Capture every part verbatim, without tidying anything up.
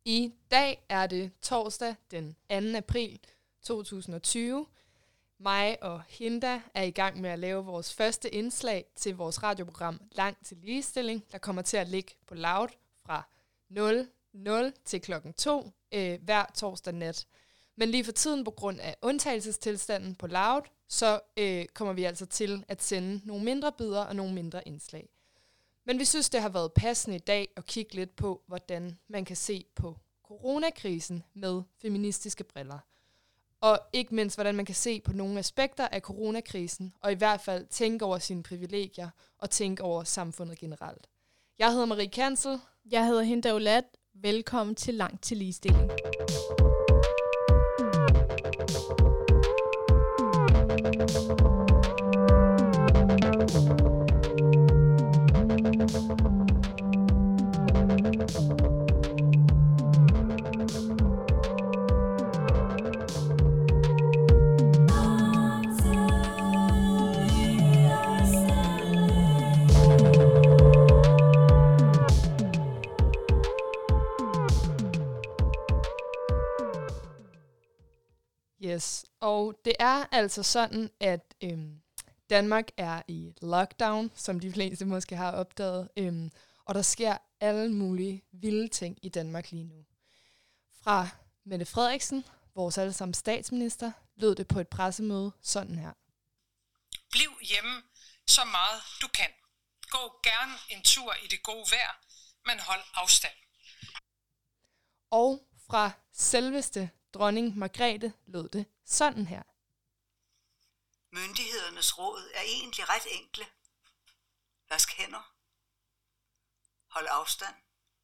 I dag er det torsdag den anden april to tusind og tyve. Mig og Hinda er i gang med at lave vores første indslag til vores radioprogram Langt til Ligestilling, der kommer til at ligge på Loud fra nul nul til klokken to øh, hver torsdag nat. Men lige for tiden på grund af undtagelsestilstanden på Loud, så øh, kommer vi altså til at sende nogle mindre bidder og nogle mindre indslag. Men vi synes, det har været passende i dag at kigge lidt på, hvordan man kan se på coronakrisen med feministiske briller. Og ikke mindst, hvordan man kan se på nogle aspekter af coronakrisen, og i hvert fald tænke over sine privilegier og tænke over samfundet generelt. Jeg hedder Marie Kansel. Jeg hedder Hinda Olat. Velkommen til Langt til Ligestilling. Yes, og det er altså sådan, at øhm, Danmark er i lockdown, som de fleste måske har opdaget, øhm, og der sker alle mulige vilde ting i Danmark lige nu. Fra Mette Frederiksen, vores allesammen statsminister, lød det på et pressemøde sådan her. Bliv hjemme så meget du kan. Gå gerne en tur i det gode vejr, men hold afstand. Og fra selveste dronning Margrethe lød det sådan her. Myndighedernes råd er egentlig ret enkle. Vask hænder. Hold afstand.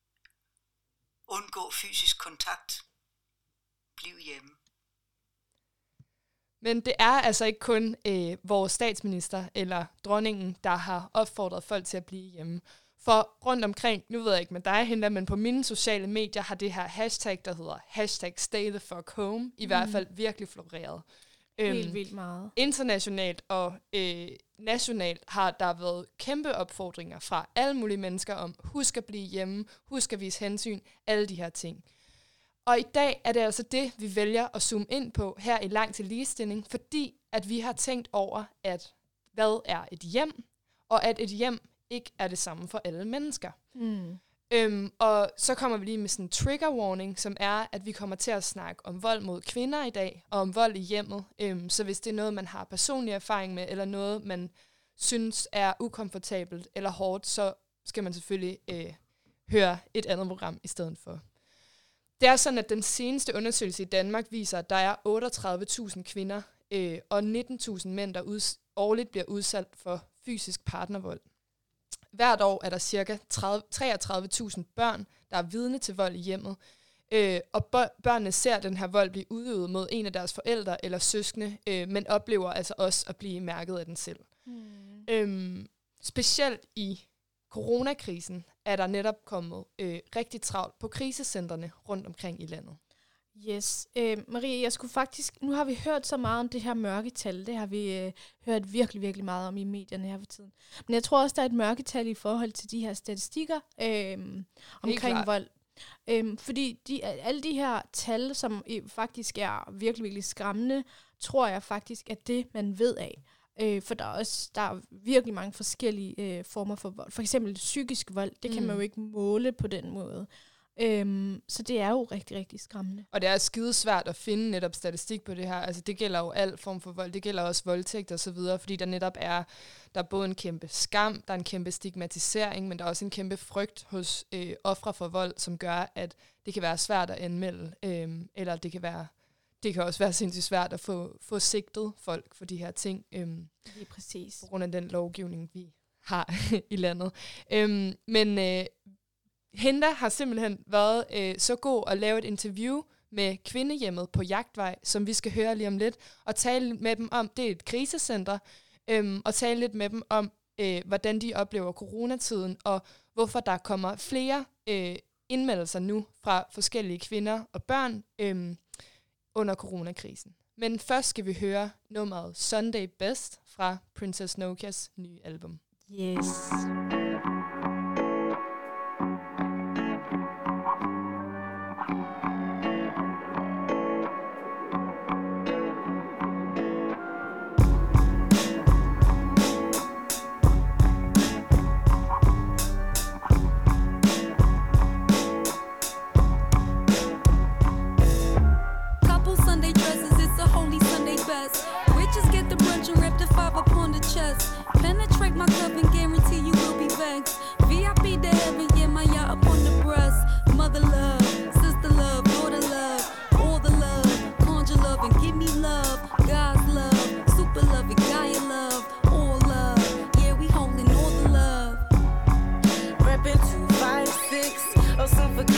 Undgå fysisk kontakt. Bliv hjemme. Men det er altså ikke kun øh, vores statsminister eller dronningen, der har opfordret folk til at blive hjemme. For rundt omkring, nu ved jeg ikke med dig, Hinda, men på mine sociale medier har det her hashtag, der hedder hashtag stay the fuck home, i mm. hvert fald virkelig floreret. Helt øhm, vildt meget. Internationalt og øh, nationalt har der været kæmpe opfordringer fra alle mulige mennesker om, husk at blive hjemme, husk at vise hensyn, alle de her ting. Og i dag er det altså det, vi vælger at zoome ind på her i Langt til Ligestilling, fordi at vi har tænkt over, at hvad er et hjem, og at et hjem ikke er det samme for alle mennesker. Mm. Øhm, og så kommer vi lige med sådan en trigger warning, som er, at vi kommer til at snakke om vold mod kvinder i dag, og om vold i hjemmet. Øhm, så hvis det er noget, man har personlig erfaring med, eller noget, man synes er ukomfortabelt eller hårdt, så skal man selvfølgelig øh, høre et andet program i stedet for. Det er sådan, at den seneste undersøgelse i Danmark viser, at der er otteogtredive tusind kvinder øh, og nitten tusind mænd, der uds- årligt bliver udsat for fysisk partnervold. Hvert år er der ca. treogtredive tusind børn, der er vidne til vold i hjemmet, øh, og børnene ser den her vold blive udøvet mod en af deres forældre eller søskende, øh, men oplever altså også at blive mærket af den selv. Mm. Øhm, specielt i coronakrisen er der netop kommet øh, rigtig travlt på krisecentrene rundt omkring i landet. Yes. Øh, Marie, jeg skulle faktisk... Nu har vi hørt så meget om det her mørketal. Det har vi øh, hørt virkelig, virkelig meget om i medierne her for tiden. Men jeg tror også, der er et mørketal i forhold til de her statistikker øh, omkring vold. Øh, fordi de, alle de her tal, som øh, faktisk er virkelig, virkelig skræmmende, tror jeg faktisk, at det, man ved af. Øh, for der er også der er virkelig mange forskellige øh, former for vold. For eksempel psykisk vold, det kan mm. man jo ikke måle på den måde. Øhm, så det er jo rigtig, rigtig skræmmende. Og det er skidesvært at finde netop statistik på det her. Altså det gælder jo al form for vold. Det gælder også voldtægt og så videre, fordi der netop er, der er både en kæmpe skam, der er en kæmpe stigmatisering, men der er også en kæmpe frygt hos øh, ofre for vold, som gør, at det kan være svært at anmelde, øh, eller det kan være, det kan også være sindssygt svært at få, få sigtet folk for de her ting. Øh, Lige præcis. På grund af den lovgivning, vi har i landet. Øh, men øh, Hinda har simpelthen været øh, så god at lave et interview med Kvindehjemmet på Jagtvej, som vi skal høre lige om lidt, og tale med dem om, det er et krisecenter, øhm, og tale lidt med dem om, øh, hvordan de oplever coronatiden, og hvorfor der kommer flere øh, indmeldelser nu fra forskellige kvinder og børn øh, under coronakrisen. Men først skal vi høre nummeret Sunday Best fra Princess Nokias nye album. Yes.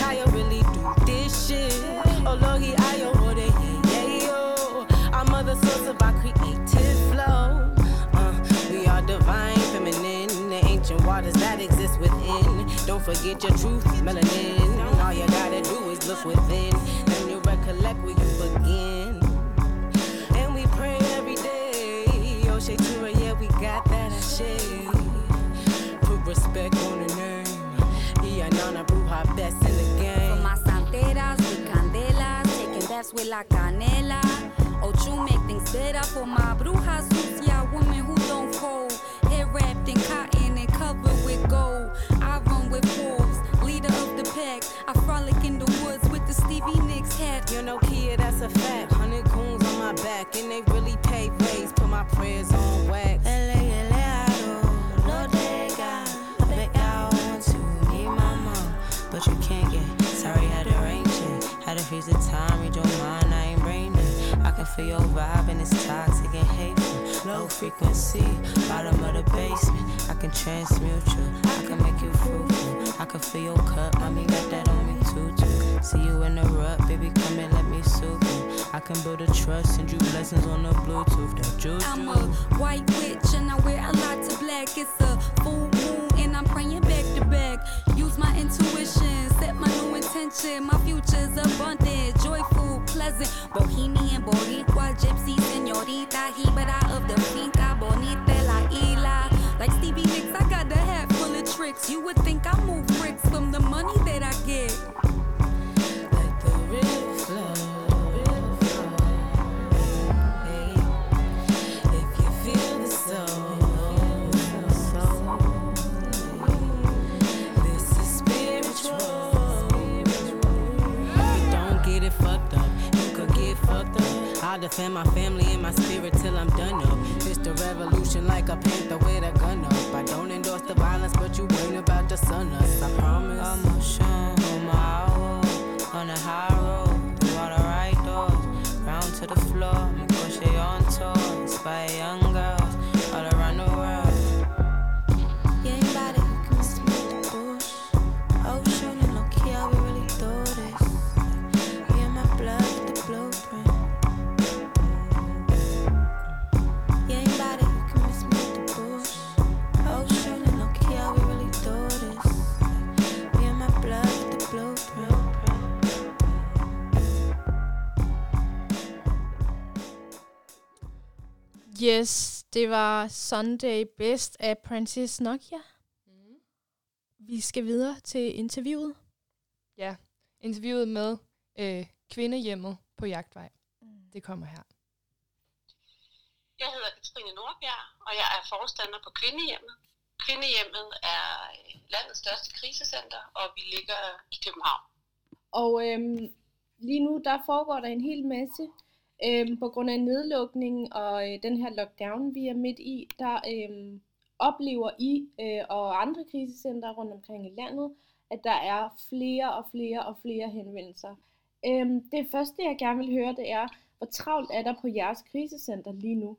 how you really do this shit. Oh, Lord, I yo, what it yeah, yo. I'm the source of our creative flow. Uh, we are divine feminine, the ancient waters that exist within. Don't forget your truth, melanin. All you gotta do is look within, and you recollect where you begin. And we pray every day. Oh, Shaytura, yeah, we got that shit. Put respect on the name. Yeah, Nana Bruja, best in the game. For my santeras with candelas, taking baths with la canela. Ochu make things better for my bruja sucia, women who don't fold. Hair wrapped in cotton and covered with gold. I run with wolves, leader of the pack. I frolic in the woods with the Stevie Nicks hat. You know, Kia, that's a fact. Hundred coons on my back, and they really pay ways. Put my prayers on wax. L A, L A, Lodega. I bet I want to meet my mom, but you can't get. Sorry, had to arrange it. Had to freeze the time, read your mind, I ain't brain it. I can feel your vibe and it's toxic and hateful. Low frequency, bottom of the basement. I can transmute you, I can make you fruitful. I can feel your cup, mommy got that on me too, too. See you in the rut, baby, come and let me soothe you. I can build a trust, send you blessings on the Bluetooth, that juju. I'm a white witch and I wear a lot of black. It's a full moon and I'm praying back to back. Use my intuition, set my new intention. My future's abundant, joyful, pleasant. Bohemian, Boricua, gypsy, señorita. Hibera of the finca, bonita, la isla. Like Stevie Nicks, I got the hat full of tricks. You would think I move bricks from the money that I get. Let the river flow. If you feel the soul. I'll defend my family and my spirit till I'm done up. It's the revolution like a panther with a gun up. I don't endorse the violence, but you ain't about to sun us, I promise. Emotion on my road, on the high road, through all the right doors, round to the floor, I'm crochet on tour, inspire young girls all around the world. You ain't about it, you can miss me with the bush. Ocean and no key, how we really do this. Me and my blood with the blueprint. Yes, det var Sunday Best af Princess Nokia. Mm. Vi skal videre til interviewet. Ja, interviewet med øh, kvindehjemmet på Jagtvej. Mm. Det kommer her. Jeg hedder Katrine Nordbjerg, og jeg er forstander på Kvindehjemmet. Kvindehjemmet er landets største krisecenter, og vi ligger i København. Og øhm, lige nu der foregår der en hel masse. Øhm, på grund af nedlukningen og øh, den her lockdown, vi er midt i, der øhm, oplever I øh, og andre krisecenter rundt omkring i landet, at der er flere og flere og flere henvendelser. Øhm, det første, jeg gerne vil høre, det er, hvor travlt er der på jeres krisecenter lige nu?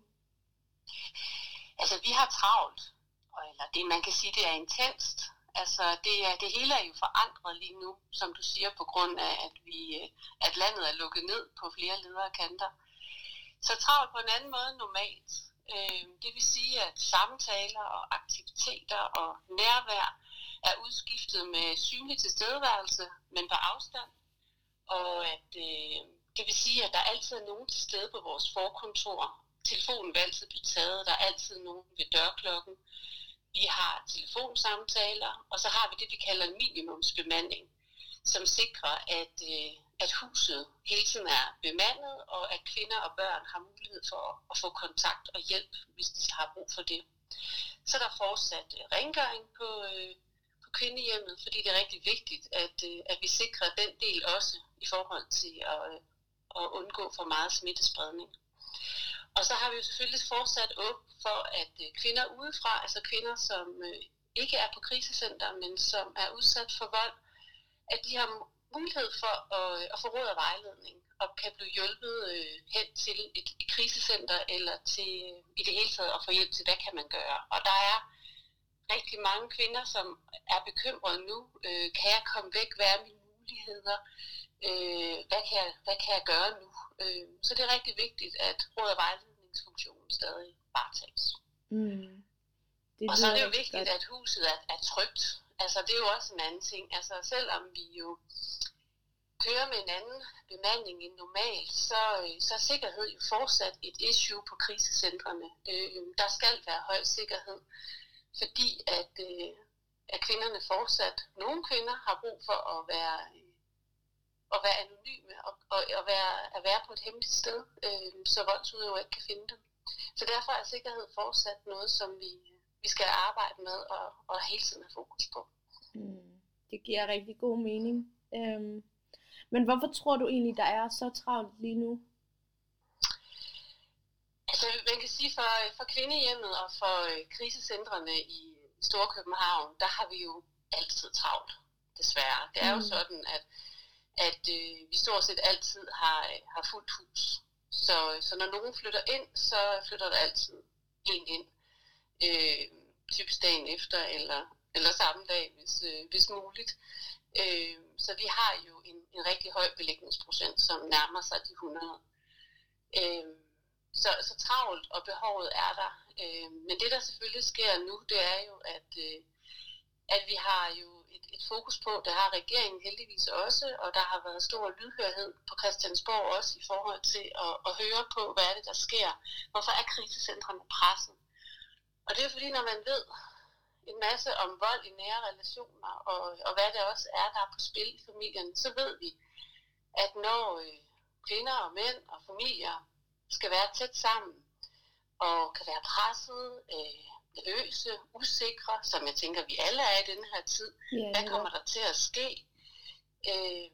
Altså, vi har travlt, eller det man kan sige, det er intenst. Altså, det, er, det hele er jo forandret lige nu, som du siger, på grund af, at, vi, at landet er lukket ned på flere ledere kanter. Så travlt på en anden måde end normalt. Øh, det vil sige, at samtaler og aktiviteter og nærvær er udskiftet med synlig tilstedeværelse, men på afstand. Og at, øh, det vil sige, at der altid er nogen til stede på vores forkontor. Telefonen vil altid blive taget, der er altid nogen ved dørklokken. Vi har telefonsamtaler, og så har vi det, vi kalder en minimumsbemanding, som sikrer, at, øh, at huset hele tiden er bemandet, og at kvinder og børn har mulighed for at, at få kontakt og hjælp, hvis de har brug for det. Så er der fortsat øh, rengøring på, øh, på kvindehjemmet, fordi det er rigtig vigtigt, at, øh, at vi sikrer den del også i forhold til at, øh, at undgå for meget smittespredning. Og så har vi jo selvfølgelig fortsat åbent for, at øh, kvinder udefra, altså kvinder, som øh, ikke er på krisecenter, men som er udsat for vold, at de har mulighed for at, øh, at få råd og vejledning og kan blive hjulpet øh, hen til et, et krisecenter eller til øh, i det hele taget at få hjælp til, hvad kan man gøre. Og der er rigtig mange kvinder, som er bekymrede nu. Øh, kan jeg komme væk? Hvad er mine muligheder? Øh, hvad, kan jeg, hvad kan jeg gøre nu? Øh, så det er rigtig vigtigt, at råd- og vejledningsfunktionen stadig varetages. Mm. Det og så er det jo lyder vigtigt, godt. at huset er, er trygt. Altså det er jo også en anden ting. Altså selvom vi jo kører med en anden bemanding end normalt, så, så er sikkerhed jo fortsat et issue på krisecentrene. Øh, der skal være høj sikkerhed, fordi at, øh, at kvinderne fortsat, nogle kvinder har brug for at være, at være anonyme og, og at, være, at være på et hemmeligt sted, øh, så voldsudøvere ikke kan finde dem. Så derfor er sikkerhed fortsat noget, som vi, vi skal arbejde med og, og hele tiden have fokus på. Mm. Det giver rigtig god mening. Øhm. Men hvorfor tror du egentlig, der er så travlt lige nu? Altså, man kan sige, for, for kvindehjemmet og for øh, krisecentrene i Storkøbenhavn, der har vi jo altid travlt, desværre. Det er mm. jo sådan, at, at øh, vi stort set altid har, har fuldt hus. Så, så når nogen flytter ind, så flytter der altid en ind. Øh, typisk dagen efter, eller, eller samme dag, hvis, øh, hvis muligt. Øh, så vi har jo en, en rigtig høj belægningsprocent, som nærmer sig de hundrede. Øh, så, så travlt og behovet er der. Øh, men det, der selvfølgelig sker nu, det er jo, at, øh, at vi har jo et, et fokus på, det har regeringen heldigvis også, og der har været stor lydhørhed på Christiansborg også i forhold til at, at høre på, hvad er det, der sker. Hvorfor er krisecentrene presset? Og det er fordi, når man ved en masse om vold i nære relationer, og, og hvad det også er, der er på spil i familien, så ved vi, at når øh, kvinder og mænd og familier skal være tæt sammen, og kan være presset, øh, nervøse, usikre, som jeg tænker, vi alle er i denne her tid, Ja, hvad kommer der til at ske? Øh,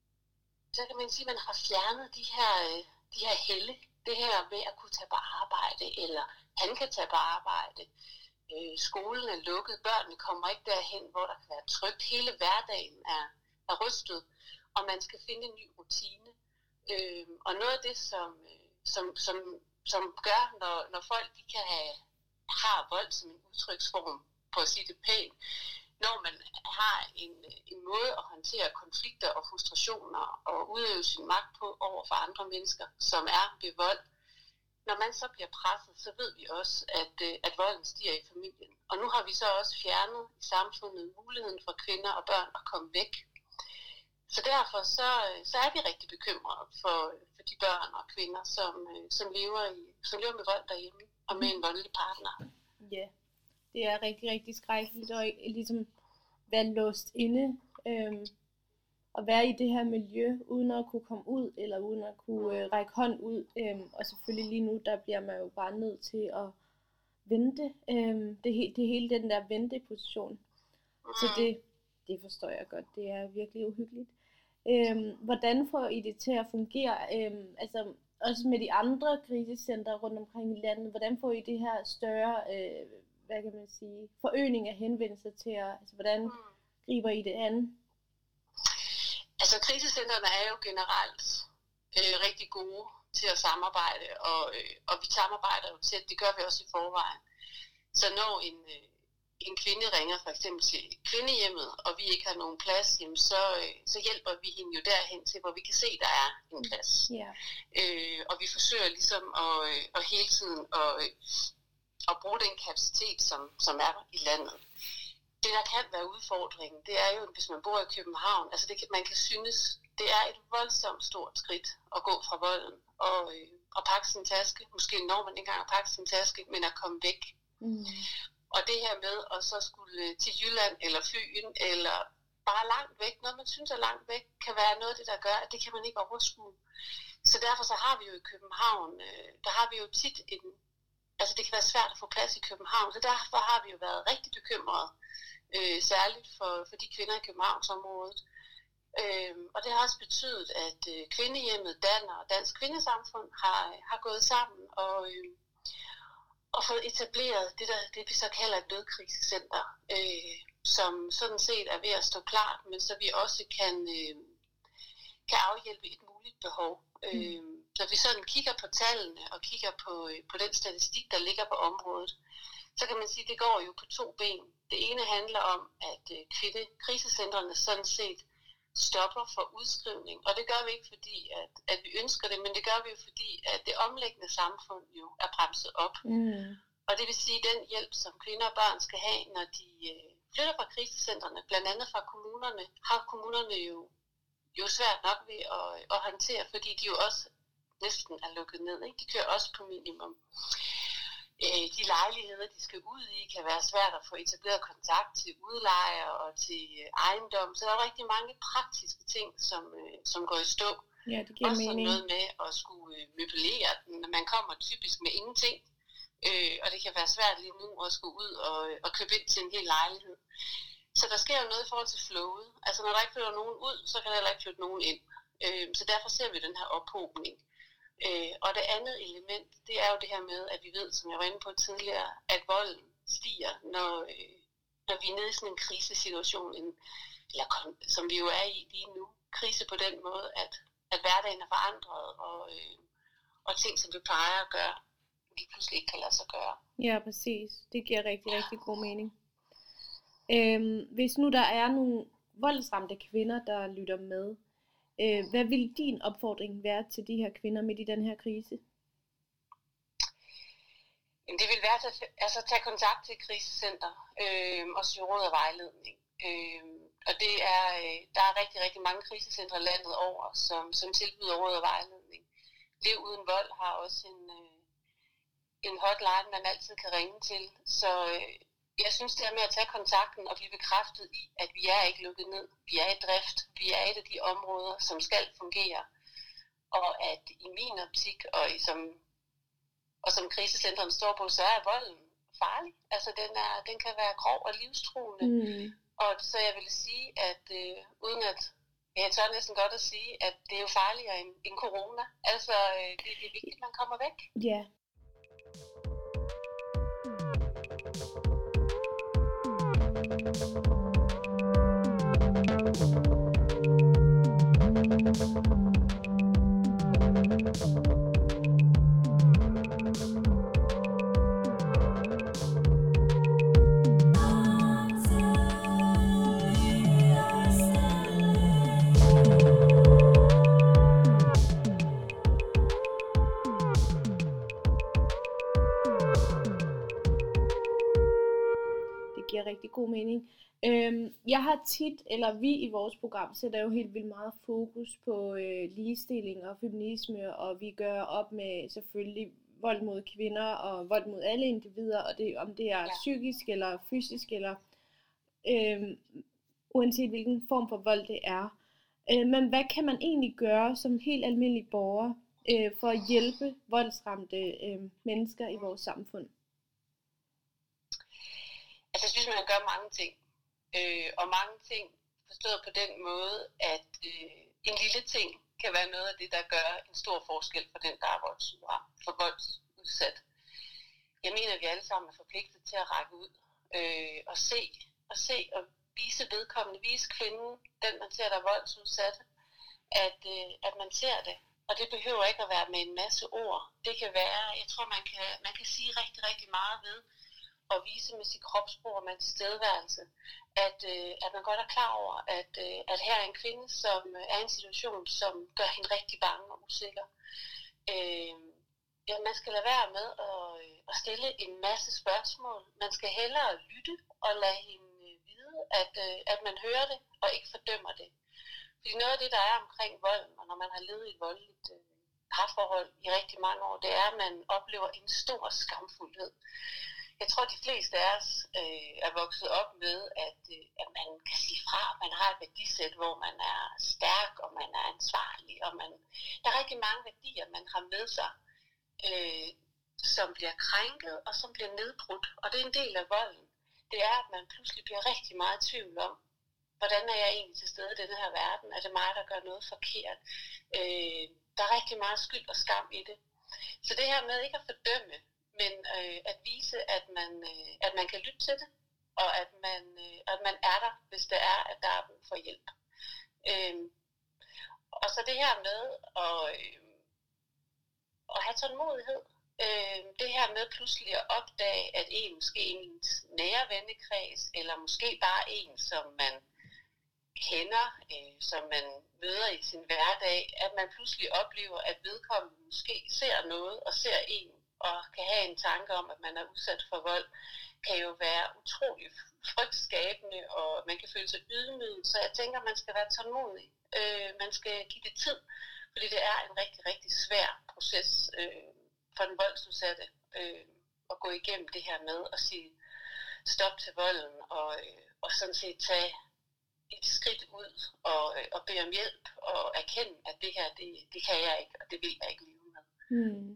så kan man sige, at man har fjernet de her, øh, de her helle, det her med at kunne tage på arbejde, eller han kan tage på arbejde. Øh, skolen er lukket, børnene kommer ikke derhen, hvor der kan være trygt. Hele hverdagen er, er rystet, og man skal finde en ny rutine. Øh, og noget af det, som, som, som, som gør, når, når folk de kan have, har vold som en udtryksform, på at sige det pænt, når man har en, en måde at håndtere konflikter og frustrationer og udøve sin magt på over for andre mennesker, som er ved vold. Når man så bliver presset, så ved vi også, at, at volden stiger i familien. Og nu har vi så også fjernet i samfundet muligheden for kvinder og børn at komme væk. Så derfor så, så er vi rigtig bekymrede for, for de børn og kvinder, som, som, lever i, som lever med vold derhjemme og med en voldelig partner. Ja, det er rigtig, rigtig skrækkeligt at ligesom være låst inde. Øhm. At være i det her miljø, uden at kunne komme ud, eller uden at kunne øh, række hånd ud. Øhm, og selvfølgelig lige nu, der bliver man jo bare nødt til at vente. Øhm, det, det er hele den der venteposition. Så det, det forstår jeg godt. Det er virkelig uhyggeligt. Øhm, hvordan får I det til at fungere? Øhm, altså også med de andre krisecenter rundt omkring i landet. Hvordan får I det her større, øh, hvad kan man sige, forøgning af henvendelser til jer? Altså hvordan griber I det an? Altså krisecentrene er jo generelt øh, rigtig gode til at samarbejde, og, øh, og vi samarbejder jo tæt, det gør vi også i forvejen. Så når en, øh, en kvinde ringer for eksempel til kvindehjemmet, og vi ikke har nogen plads, jamen så, øh, så hjælper vi hende jo derhen til, hvor vi kan se, der er en plads. Yeah. Øh, og vi forsøger ligesom at, øh, at hele tiden at, øh, at bruge den kapacitet, som, som er i landet. Det, der kan være udfordringen, det er jo, hvis man bor i København, altså det kan, man kan synes, det er et voldsomt stort skridt at gå fra volden og, øh, og pakke sin taske. Måske når man ikke engang har pakket sin taske, men at komme væk. Mm. Og det her med at så skulle til Jylland eller Fyn, eller bare langt væk, noget man synes er langt væk, kan være noget af det, der gør, at det kan man ikke overskue. Så derfor så har vi jo i København, øh, der har vi jo tit en, altså det kan være svært at få plads i København, så derfor har vi jo været rigtig bekymrede. Øh, særligt for, for de kvinder i Københavnsområdet. Øh, og det har også betydet, at øh, kvindehjemmet Danner og Dansk Kvindesamfund har, har gået sammen og, øh, og fået etableret det, der, det, vi så kalder et nødkrisecenter, øh, som sådan set er ved at stå klart, men så vi også kan, øh, kan afhjælpe et muligt behov. Mm. Øh, når vi sådan kigger på tallene og kigger på, øh, på den statistik, der ligger på området, så kan man sige, at det går jo på to ben. Det ene handler om, at øh, kvinde, krisecentrene sådan set stopper for udskrivning. Og det gør vi ikke fordi, at, at vi ønsker det, men det gør vi jo fordi, at det omlæggende samfund jo er bremset op. Mm. Og det vil sige, at den hjælp, som kvinder og børn skal have, når de øh, flytter fra krisecentrene, blandt andet fra kommunerne, har kommunerne jo, jo svært nok ved at, at håndtere, fordi de jo også næsten er lukket ned. Ikke? De kører også på minimum. Øh, de lejligheder, de skal ud i, kan være svært at få etableret kontakt til udlejer og til øh, ejendom. Så der er rigtig mange praktiske ting, som, øh, som går i stå. Ja, det giver også mening. noget med at skulle øh, møblere den. Man kommer typisk med ingenting. Øh, og det kan være svært lige nu at skulle ud og, og købe ind til en hel lejlighed. Så der sker jo noget i forhold til flowet. Altså når der ikke flytter nogen ud, så kan der heller ikke flytte nogen ind. Øh, så derfor ser vi den her ophobning. Øh, og det andet element, det er jo det her med, at vi ved, som jeg var inde på tidligere, at volden stiger, når, øh, når vi er nede i sådan en krisesituation, en, eller som vi jo er i lige nu. Krise på den måde, at, at hverdagen er forandret, og, øh, og ting, som vi plejer at gøre, lige pludselig ikke kan lade sig gøre. Ja, præcis. Det giver rigtig, rigtig god mening. Øhm, hvis nu der er nogle voldsramte kvinder, der lytter med, øh, hvad vil din opfordring være til de her kvinder midt i den her krise? Det vil være at altså, tage kontakt til et krisecenter øh, og søge råd og vejledning. Øh, og det er, øh, der er rigtig, rigtig mange krisecentre landet over, som, som tilbyder råd og vejledning. Lev uden vold har også en, øh, en hotline, man altid kan ringe til. Så øh, jeg synes, det er med at tage kontakten og blive bekræftet i, at vi er ikke lukket ned. Vi er i drift. Vi er et af de områder, som skal fungere. Og at i min optik, og i, som, og som krisecentren står på, så er volden farlig. Altså den, er, den kan være grov og livstruende. Mm. Og så jeg vil sige, at øh, uden at, jeg tør næsten godt at sige, at det er jo farligere end, end corona. Altså øh, det, det er vigtigt, at man kommer væk. Ja. Yeah. Rigtig god mening. Øhm, jeg har tit, eller vi i vores program, sætter jo helt vildt meget fokus på øh, ligestilling og feminisme, og vi gør op med selvfølgelig vold mod kvinder og vold mod alle individer, og det, om det er ja. psykisk eller fysisk, eller øh, uanset hvilken form for vold det er. Øh, men hvad kan man egentlig gøre som helt almindelig borger øh, for at hjælpe voldsramte øh, mennesker i vores samfund? Altså, jeg synes, man gør mange ting. Øh, og mange ting forstået på den måde, at øh, en lille ting kan være noget af det, der gør en stor forskel for den, der er for voldsudsat. Jeg mener, at vi alle sammen er forpligtet til at række ud øh, og se og se og vise vedkommende, vise kvinden, den man ser, der er voldsudsat, at, øh, at man ser det. Og det behøver ikke at være med en masse ord. Det kan være, jeg tror, man kan, man kan sige rigtig, rigtig meget ved og vise med sit kropssprog og med tilstedeværelse, at, øh, at man godt er klar over, at, øh, at her er en kvinde, som er i en situation, som gør hende rigtig bange og usikker. Øh, ja, man skal lade være med at, at stille en masse spørgsmål. Man skal hellere lytte og lade hende vide, at, øh, at man hører det og ikke fordømmer det. Fordi noget af det, der er omkring volden, og når man har levet i et voldeligt øh, parforhold i rigtig mange år, det er, at man oplever en stor skamfuldhed. Jeg tror, de fleste af os øh, er vokset op med, at, øh, at man kan sige fra, at man har et værdisæt, hvor man er stærk, og man er ansvarlig, og man, der er rigtig mange værdier, man har med sig, øh, som bliver krænket, og som bliver nedbrudt. Og det er en del af volden. Det er, at man pludselig bliver rigtig meget i tvivl om, hvordan er jeg egentlig til stede i denne her verden? Er det mig, der gør noget forkert? Øh, der er rigtig meget skyld og skam i det. Så det her med ikke at fordømme, men øh, at vise, at man, øh, at man kan lytte til det, og at man, øh, at man er der, hvis det er, at der er brug for hjælp. Øh, og så det her med at, øh, at have tålmodighed. Øh, det her med pludselig at opdage, at en måske ens nære vennekreds, eller måske bare en, som man kender, øh, som man møder i sin hverdag, at man pludselig oplever, at vedkommende måske ser noget og ser en, og kan have en tanke om, at man er udsat for vold, kan jo være utrolig frygtskabende, og man kan føle sig ydmyget. Så jeg tænker, at man skal være tålmodig. Øh, man skal give det tid, fordi det er en rigtig, rigtig svær proces øh, for den voldsudsatte øh, at gå igennem det her med at sige stop til volden, og, øh, og sådan set tage et skridt ud og, øh, og bede om hjælp, og erkende, at det her, det, det kan jeg ikke, og det vil jeg ikke leve med. Hmm.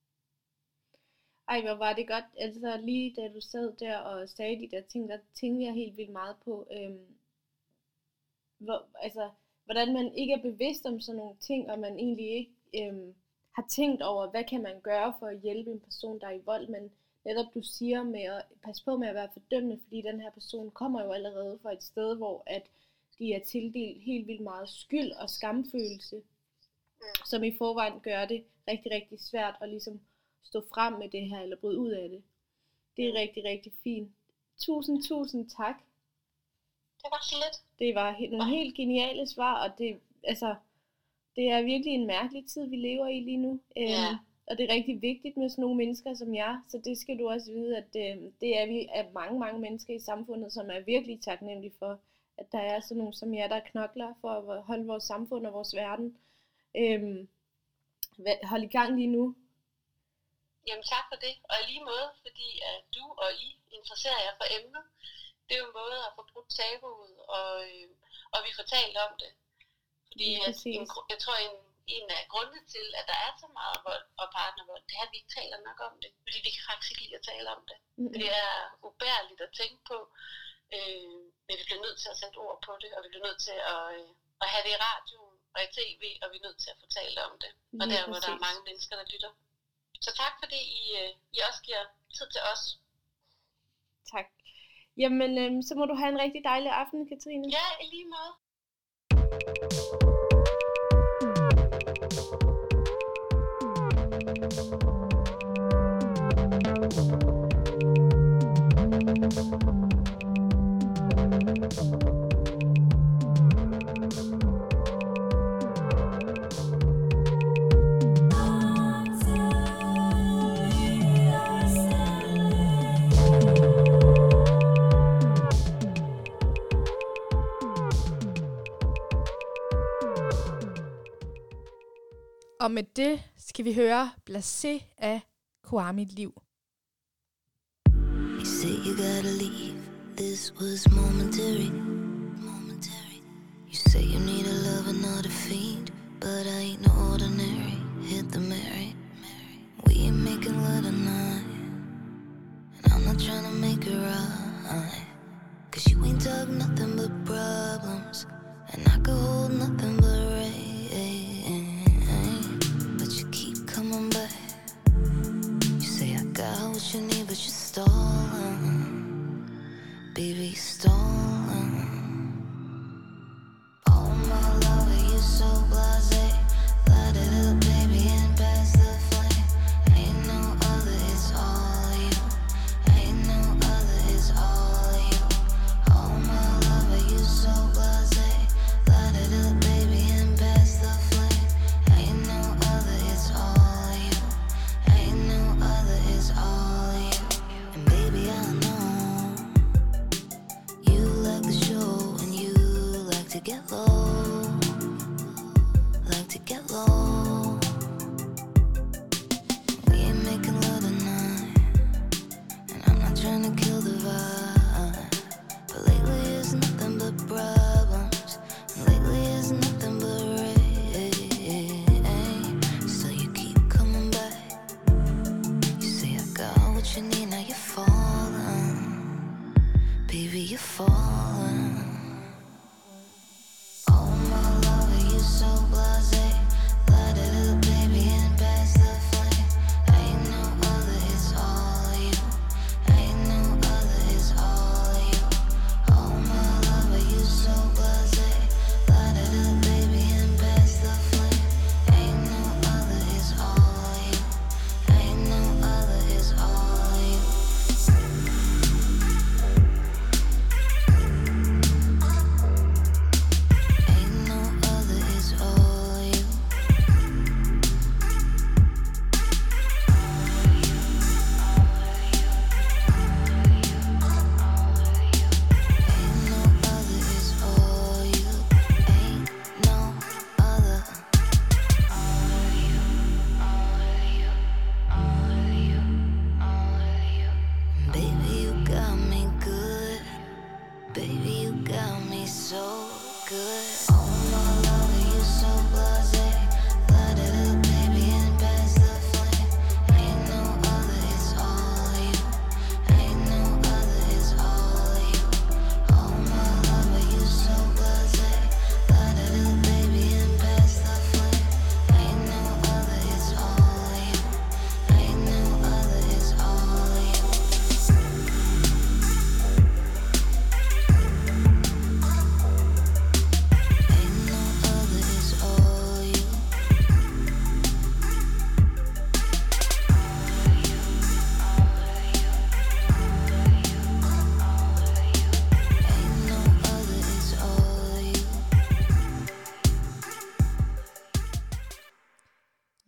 Ej, hvor var det godt. Altså lige da du sad der og sagde de der ting, der tænkte jeg helt vildt meget på, øhm, hvor, altså, hvordan man ikke er bevidst om sådan nogle ting, og man egentlig ikke øhm, har tænkt over, hvad kan man gøre for at hjælpe en person, der er i vold, men netop du siger med at passe på med at være fordømmende, fordi den her person kommer jo allerede fra et sted, hvor at de er tildelt helt vildt meget skyld og skamfølelse, som i forvejen gør det rigtig, rigtig svært at ligesom stå frem med det her, eller bryde ud af det. Det er rigtig, rigtig fint. Tusind, tusind tak. Det var så lidt. Det var he- nogle helt geniale svar, og det, altså, det er virkelig en mærkelig tid, vi lever i lige nu. Ja. Øhm, og det er rigtig vigtigt med sådan nogle mennesker som jer, så det skal du også vide, at øhm, det er vi er mange, mange mennesker i samfundet, som er virkelig taknemmelige for, at der er sådan nogle som jer, der knokler for at holde vores samfund og vores verden. Øhm, hold i gang lige nu. Jamen tak for det, og i lige måde, fordi at du og I interesserer jer for emnet. Det er jo en måde at få brudt tabuet, og, øh, og vi får talt om det. Fordi at en, jeg tror, en, en af grundene til, at der er så meget vold og partnervold, det er, at vi ikke taler nok om det. Fordi vi kan faktisk ikke lide at tale om det. Mm-hmm. Det er ubærligt at tænke på, øh, men vi bliver nødt til at sætte ord på det, og vi bliver nødt til at, øh, at have det i radioen og i tv, og vi er nødt til at fortælle om det. Og der, hvor der er mange mennesker, der lytter. Så tak fordi I, I også giver tid til os. Tak. Jamen, øhm, så må du have en rigtig dejlig aften, Katrine. Ja, i lige måde. Og med det skal vi høre Blasé af Kwame Liv. You say you gotta leave, this was momentary, momentary. You say you need a lover, not a fiend, but I ain't no ordinary. Hit the Mary, we ain't making love tonight, and I'm not trying to make it right, cause you ain't talk nothing but problems, and I could hold nothing but rain. Coming back, you say I got what you need, but you're stalling, baby, stalling. All my love, you so blasé, la da da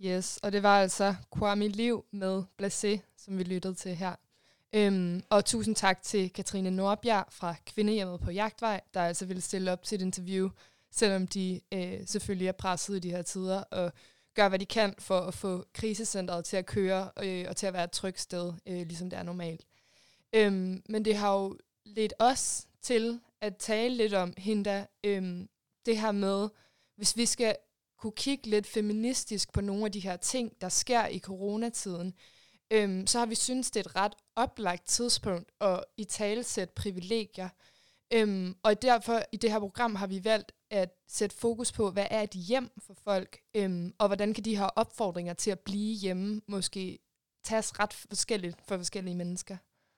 Yes, og det var altså Kwame Liv med Blasé, som vi lyttede til her. Øhm, og tusind tak til Katrine Nordbjerg fra Kvindehjemmet på Jagtvej, der altså ville stille op til et interview, selvom de øh, selvfølgelig er presset i de her tider, og gør, hvad de kan for at få krisecentret til at køre øh, og til at være et trygt sted, øh, ligesom det er normalt. Øhm, men det har jo ledt os til at tale lidt om, Hinda, øhm, det her med, hvis vi skal kunne kigge lidt feministisk på nogle af de her ting, der sker i coronatiden, øhm, så har vi synes det er et ret oplagt tidspunkt at italesætte privilegier. Øhm, og derfor i det her program har vi valgt at sætte fokus på, hvad er et hjem for folk, øhm, og hvordan kan de her opfordringer til at blive hjemme måske tages ret forskelligt for forskellige mennesker.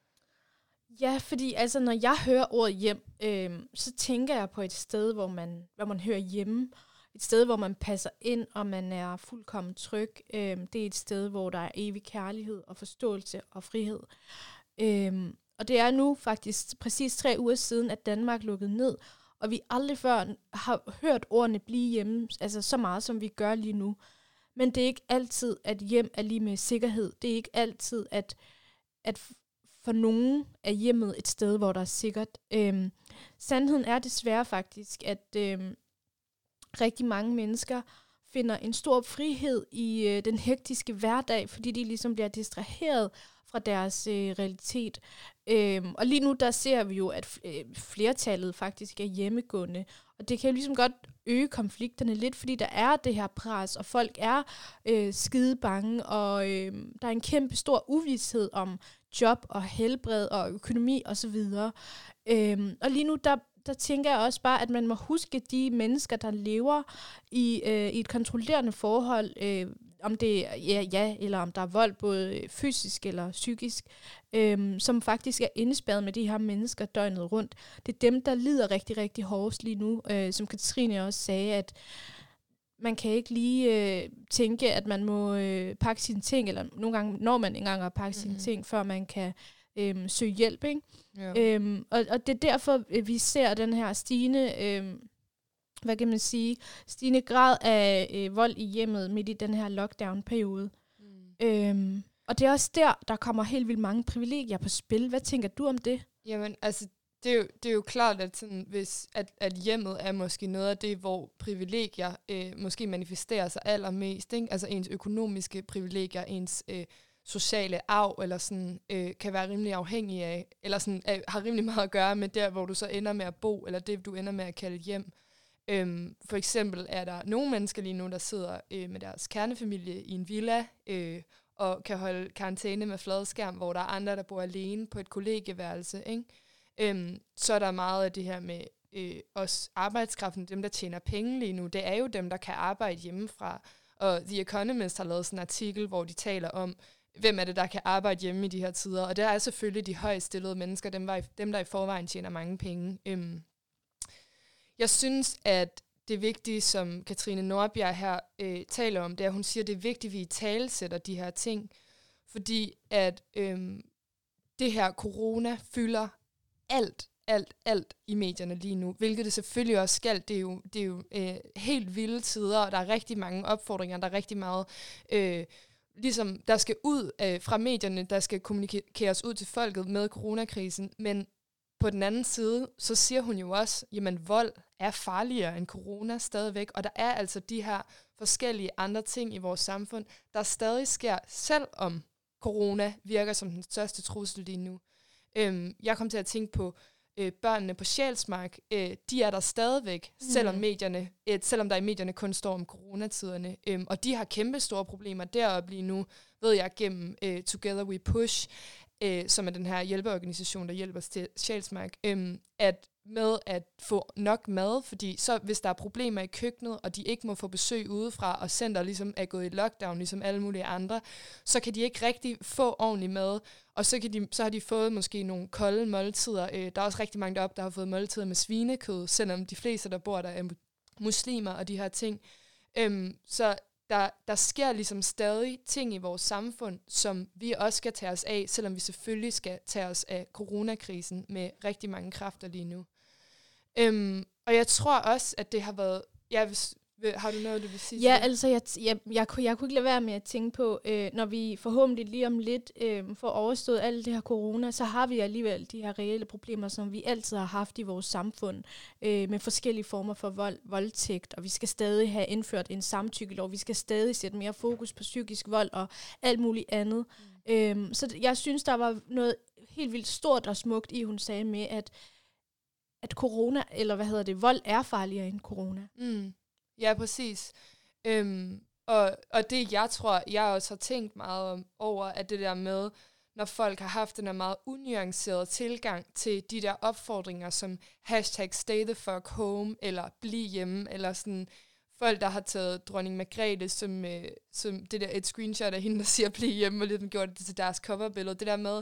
Ja, fordi altså, når jeg hører ordet hjem, øh, så tænker jeg på et sted, hvor man, hvor man hører hjemme. Et sted, hvor man passer ind, og man er fuldkommen tryg. Øh, det er et sted, hvor der er evig kærlighed og forståelse og frihed. Øh, og det er nu faktisk præcis tre uger siden, at Danmark lukkede ned, og vi aldrig før har hørt ordene blive hjemme, altså så meget, som vi gør lige nu. Men det er ikke altid, at hjem er lige med sikkerhed. Det er ikke altid, at, at for nogen er hjemmet et sted, hvor der er sikkert. Øhm, sandheden er desværre faktisk, at øhm, rigtig mange mennesker finder en stor frihed i øh, den hektiske hverdag, fordi de ligesom bliver distraheret fra deres øh, realitet. Øhm, og lige nu, der ser vi jo, at øh, flertallet faktisk er hjemmegående. Og det kan jo ligesom godt øge konflikterne lidt, fordi der er det her pres, og folk er øh, skide bange, og øh, der er en kæmpe stor uvished om job og helbred og økonomi osv. Øhm, og lige nu, der, der tænker jeg også bare, at man må huske de mennesker, der lever i, øh, i et kontrollerende forhold, øh, om det er ja, ja, eller om der er vold, både fysisk eller psykisk, øhm, som faktisk er indespærret med de her mennesker døgnet rundt. Det er dem, der lider rigtig, rigtig hårdest lige nu. Øh, som Katrine også sagde, at man kan ikke lige øh, tænke, at man må øh, pakke sine ting, eller nogle gange når man ikke engang at pakke mm-hmm. sine ting, før man kan øh, søge hjælp. Ikke? Ja. Øhm, og, og det er derfor, vi ser den her stigende... Øh, hvad kan man sige, stigende grad af øh, vold i hjemmet midt i den her lockdown-periode. Mm. Øhm, og det er også der, der kommer helt vildt mange privilegier på spil. Hvad tænker du om det? Jamen, altså, det er jo, det er jo klart, at, sådan, hvis, at, at hjemmet er måske noget af det, hvor privilegier øh, måske manifesterer sig allermest. Ikke? Altså ens økonomiske privilegier, ens øh, sociale arv, eller sådan, øh, kan være rimelig afhængig af, eller sådan, øh, har rimelig meget at gøre med der, hvor du så ender med at bo, eller det, du ender med at kalde hjem. Øhm, for eksempel er der nogle mennesker lige nu, der sidder øh, med deres kernefamilie i en villa øh, og kan holde karantæne med fladskærm, hvor der er andre, der bor alene på et kollegieværelse. Ikke? Øhm, så er der meget af det her med øh, os arbejdskraften, dem der tjener penge lige nu. Det er jo dem, der kan arbejde hjemmefra. Og The Economist har lavet sådan en artikel, hvor de taler om, hvem er det, der kan arbejde hjemme i de her tider. Og det er selvfølgelig de højst stillede mennesker, dem, der i, dem der i forvejen tjener mange penge. Øhm, Jeg synes, at det vigtige, som Katrine Nordbjerg her øh, taler om, det er, at hun siger, at det er vigtigt, at vi italesætter de her ting, fordi at øh, det her corona fylder alt, alt, alt i medierne lige nu, hvilket det selvfølgelig også skal. Det er jo, det er jo øh, helt vilde tider, og der er rigtig mange opfordringer, der er rigtig meget... Øh, ligesom, der skal ud øh, fra medierne, der skal kommunikeres ud til folket med coronakrisen, men på den anden side, så siger hun jo også, jamen vold er farligere end corona stadigvæk, og der er altså de her forskellige andre ting i vores samfund, der stadig sker, selvom corona virker som den største trussel lige nu. Øhm, jeg kom til at tænke på øh, børnene på Sjælsmark, øh, de er der stadigvæk, mm. selvom, medierne, øh, selvom der i medierne kun står om coronatiderne, øhm, og de har kæmpe store problemer deroppe lige nu, ved jeg, gennem øh, Together We Push, Øh, som er den her hjælpeorganisation, der hjælper til Sjælsmark, øhm, at med at få nok mad, fordi så hvis der er problemer i køkkenet, og de ikke må få besøg udefra, og center ligesom er gået i lockdown, ligesom alle mulige andre, så kan de ikke rigtig få ordentlig mad, og så, kan de, så har de fået måske nogle kolde måltider. Øh, der er også rigtig mange deroppe, der har fået måltider med svinekød, selvom de fleste, der bor der, er muslimer og de her ting. Øhm, så Der, der sker ligesom stadig ting i vores samfund, som vi også skal tage os af, selvom vi selvfølgelig skal tage os af coronakrisen med rigtig mange kræfter lige nu. Øhm, og jeg tror også, at det har været, ja, hvis, Har du noget, du vil sige? Ja, altså, jeg, jeg, jeg, kunne, jeg kunne ikke lade være med at tænke på, øh, når vi forhåbentlig lige om lidt øh, får overstået alt det her corona, så har vi alligevel de her reelle problemer, som vi altid har haft i vores samfund, øh, med forskellige former for vold, voldtægt, og vi skal stadig have indført en samtykkelov, vi skal stadig sætte mere fokus på psykisk vold og alt muligt andet. Mm. Øhm, så jeg synes, der var noget helt vildt stort og smukt i, hun sagde med, at, at corona, eller hvad hedder det, vold er farligere end corona. Mm. Ja, præcis. Øhm, og, og det, jeg tror, jeg også har tænkt meget om, over, at det der med, når folk har haft den her meget unuancerede tilgang til de der opfordringer, som hashtag stay the fuck home, eller bliv hjemme, eller sådan folk, der har taget dronning Margrethe som, øh, som det der et screenshot af hende, der siger bliv hjemme, og lidt gjort det til deres coverbillede. Det der med,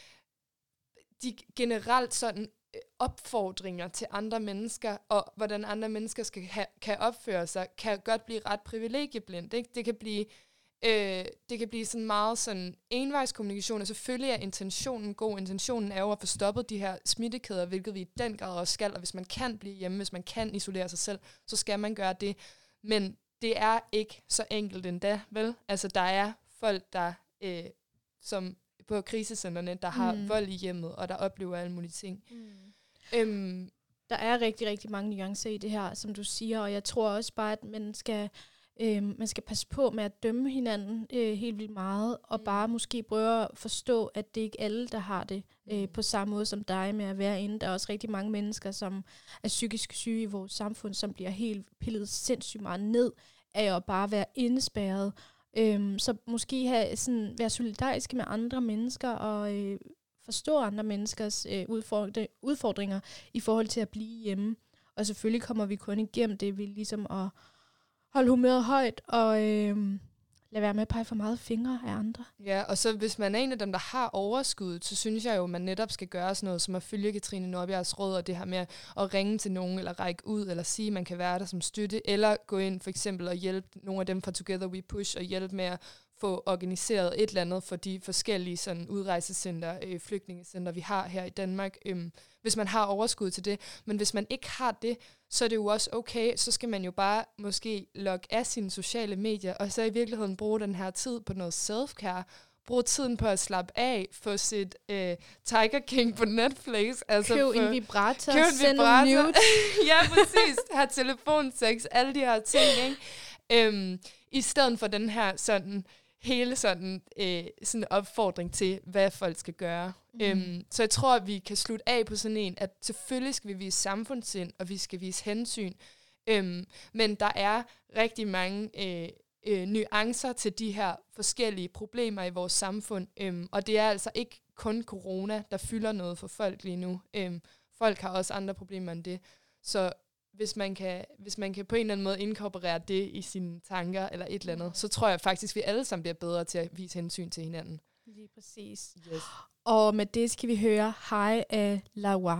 de generelt sådan opfordringer til andre mennesker, og hvordan andre mennesker skal ha- kan opføre sig, kan godt blive ret privilegieblindt, ikke? Det kan blive, øh, det kan blive sådan meget sådan envejskommunikation, og selvfølgelig er intentionen god. Intentionen er jo at få stoppet de her smittekæder, hvilket vi i den grad også skal, og hvis man kan blive hjemme, hvis man kan isolere sig selv, så skal man gøre det. Men det er ikke så enkelt endda, vel? Altså, der er folk, der øh, som på krisecentrene, der har mm. vold i hjemmet, og der oplever alle mulige ting. Mm. Øhm, der er rigtig, rigtig mange nuancer i det her, som du siger, og jeg tror også bare, at man skal, øh, man skal passe på med at dømme hinanden øh, helt vildt meget, og mm. bare måske prøve at forstå, at det ikke er alle, der har det øh, mm. på samme måde som dig med at være inde. Der er også rigtig mange mennesker, som er psykisk syge i vores samfund, som bliver helt pillet sindssygt meget ned af at bare være indespærret. Øhm, så måske have, sådan, være solidariske med andre mennesker og øh, forstå andre menneskers øh, udfordring, udfordringer i forhold til at blive hjemme. Og selvfølgelig kommer vi kun igennem det ved ligesom at holde humøret højt og øh, lade være med at pege for meget fingre af andre. Ja, og så hvis man er en af dem, der har overskud, så synes jeg jo, at man netop skal gøre sådan noget, som at følge Katrine Nordbjergs råd, og det her med at ringe til nogen, eller række ud, eller sige, at man kan være der som støtte, eller gå ind for eksempel og hjælpe nogle af dem fra Together We Push, og hjælpe med at få organiseret et eller andet for de forskellige sådan, udrejsecenter, øh, flygtningecenter, vi har her i Danmark, øhm, hvis man har overskud til det. Men hvis man ikke har det, så er det jo også okay, så skal man jo bare måske logge af sine sociale medier, og så i virkeligheden bruge den her tid på noget self-care, bruge tiden på at slappe af, få sit øh, Tiger King på Netflix. Altså køb for, en vibrator, køb en send vibrator. en nude. Ja, præcis. Have telefonsex, alle de her ting, ikke? Øhm, i stedet for den her sådan hele sådan øh, sådan opfordring til, hvad folk skal gøre. Mm. Øhm, så jeg tror, at vi kan slutte af på sådan en, at selvfølgelig skal vi vise samfundssind, og vi skal vise hensyn. Øhm, men der er rigtig mange øh, øh, nuancer til de her forskellige problemer i vores samfund. Øhm, og det er altså ikke kun corona, der fylder noget for folk lige nu. Øhm, folk har også andre problemer end det. Så hvis man kan, hvis man kan på en eller anden måde inkorporere det i sine tanker eller et eller andet, så tror jeg faktisk, at vi alle sammen bliver bedre til at vise hensyn til hinanden. Lige præcis. Yes. Og med det skal vi høre Hej af Lawa.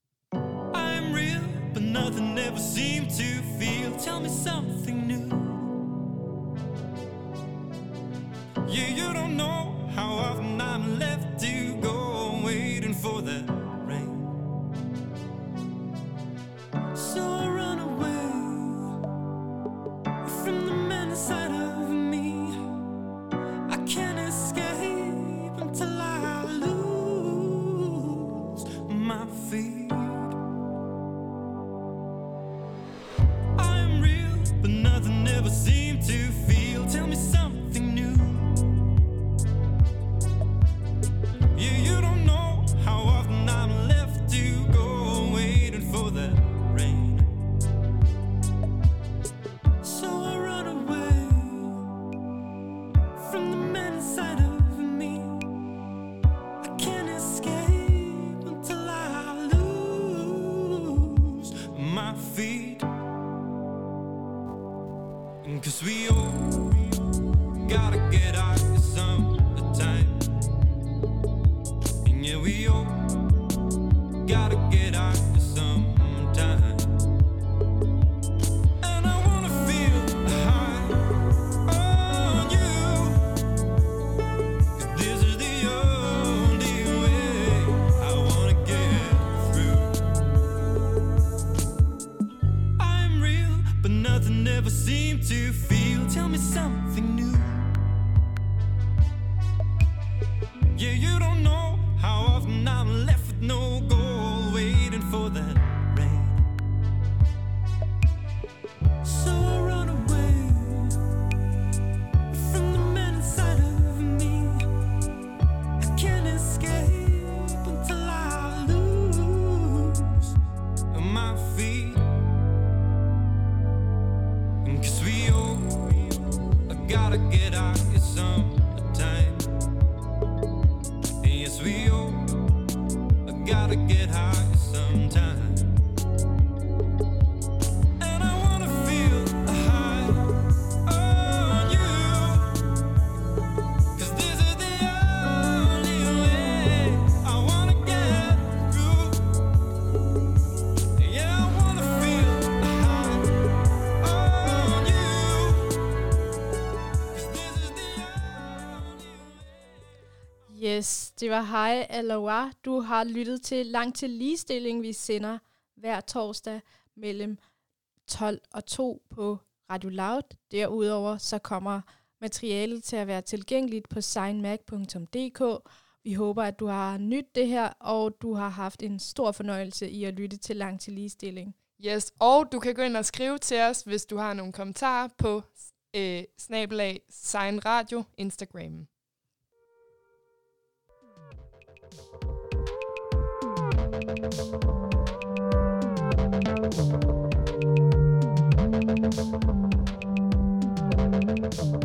I'm real, but nothing ever seemed to feel. Tell me something new. Yeah, you don't know how often I'm left to go, waiting for that rain. So I run away from the man inside of me. I can't escape until I lose my feet. I'm real, but nothing ever seemed to feel. Tell me something new. Yeah, you don't know how often I'm left to go, waiting for that rain. So I run away from the man inside of me. I can't escape until I lose my feet. 'Cause we all gotta get out some time. And yeah, we all gotta get out some time. And I wanna feel high on you. 'Cause this is the only way I wanna get through. I'm real, but nothing ever seems me something new. Yeah, you don't know how often I'm left with no goal, waiting for that rain. So I run away from the man inside of me. I can't escape until I lose my feet. 'Cause we all gotta get out here sometime. Yes, we all gotta get high sometime. And I wanna feel a high on you, 'cause this is the only way I wanna get through. Yeah, I wanna feel a high on you, 'cause this is the only way. Yes, det var Hej Aloha. Du har lyttet til Langt til Ligestilling. Vi sender hver torsdag mellem tolv og to på Radio Loud. Derudover så kommer materialet til at være tilgængeligt på signmag punktum d k. Vi håber, at du har nydt det her, og du har haft en stor fornøjelse i at lytte til Langt til Ligestilling. Yes, og du kan gå ind og skrive til os, hvis du har nogle kommentarer på øh, snabelag Sign Radio Instagram. Thank you.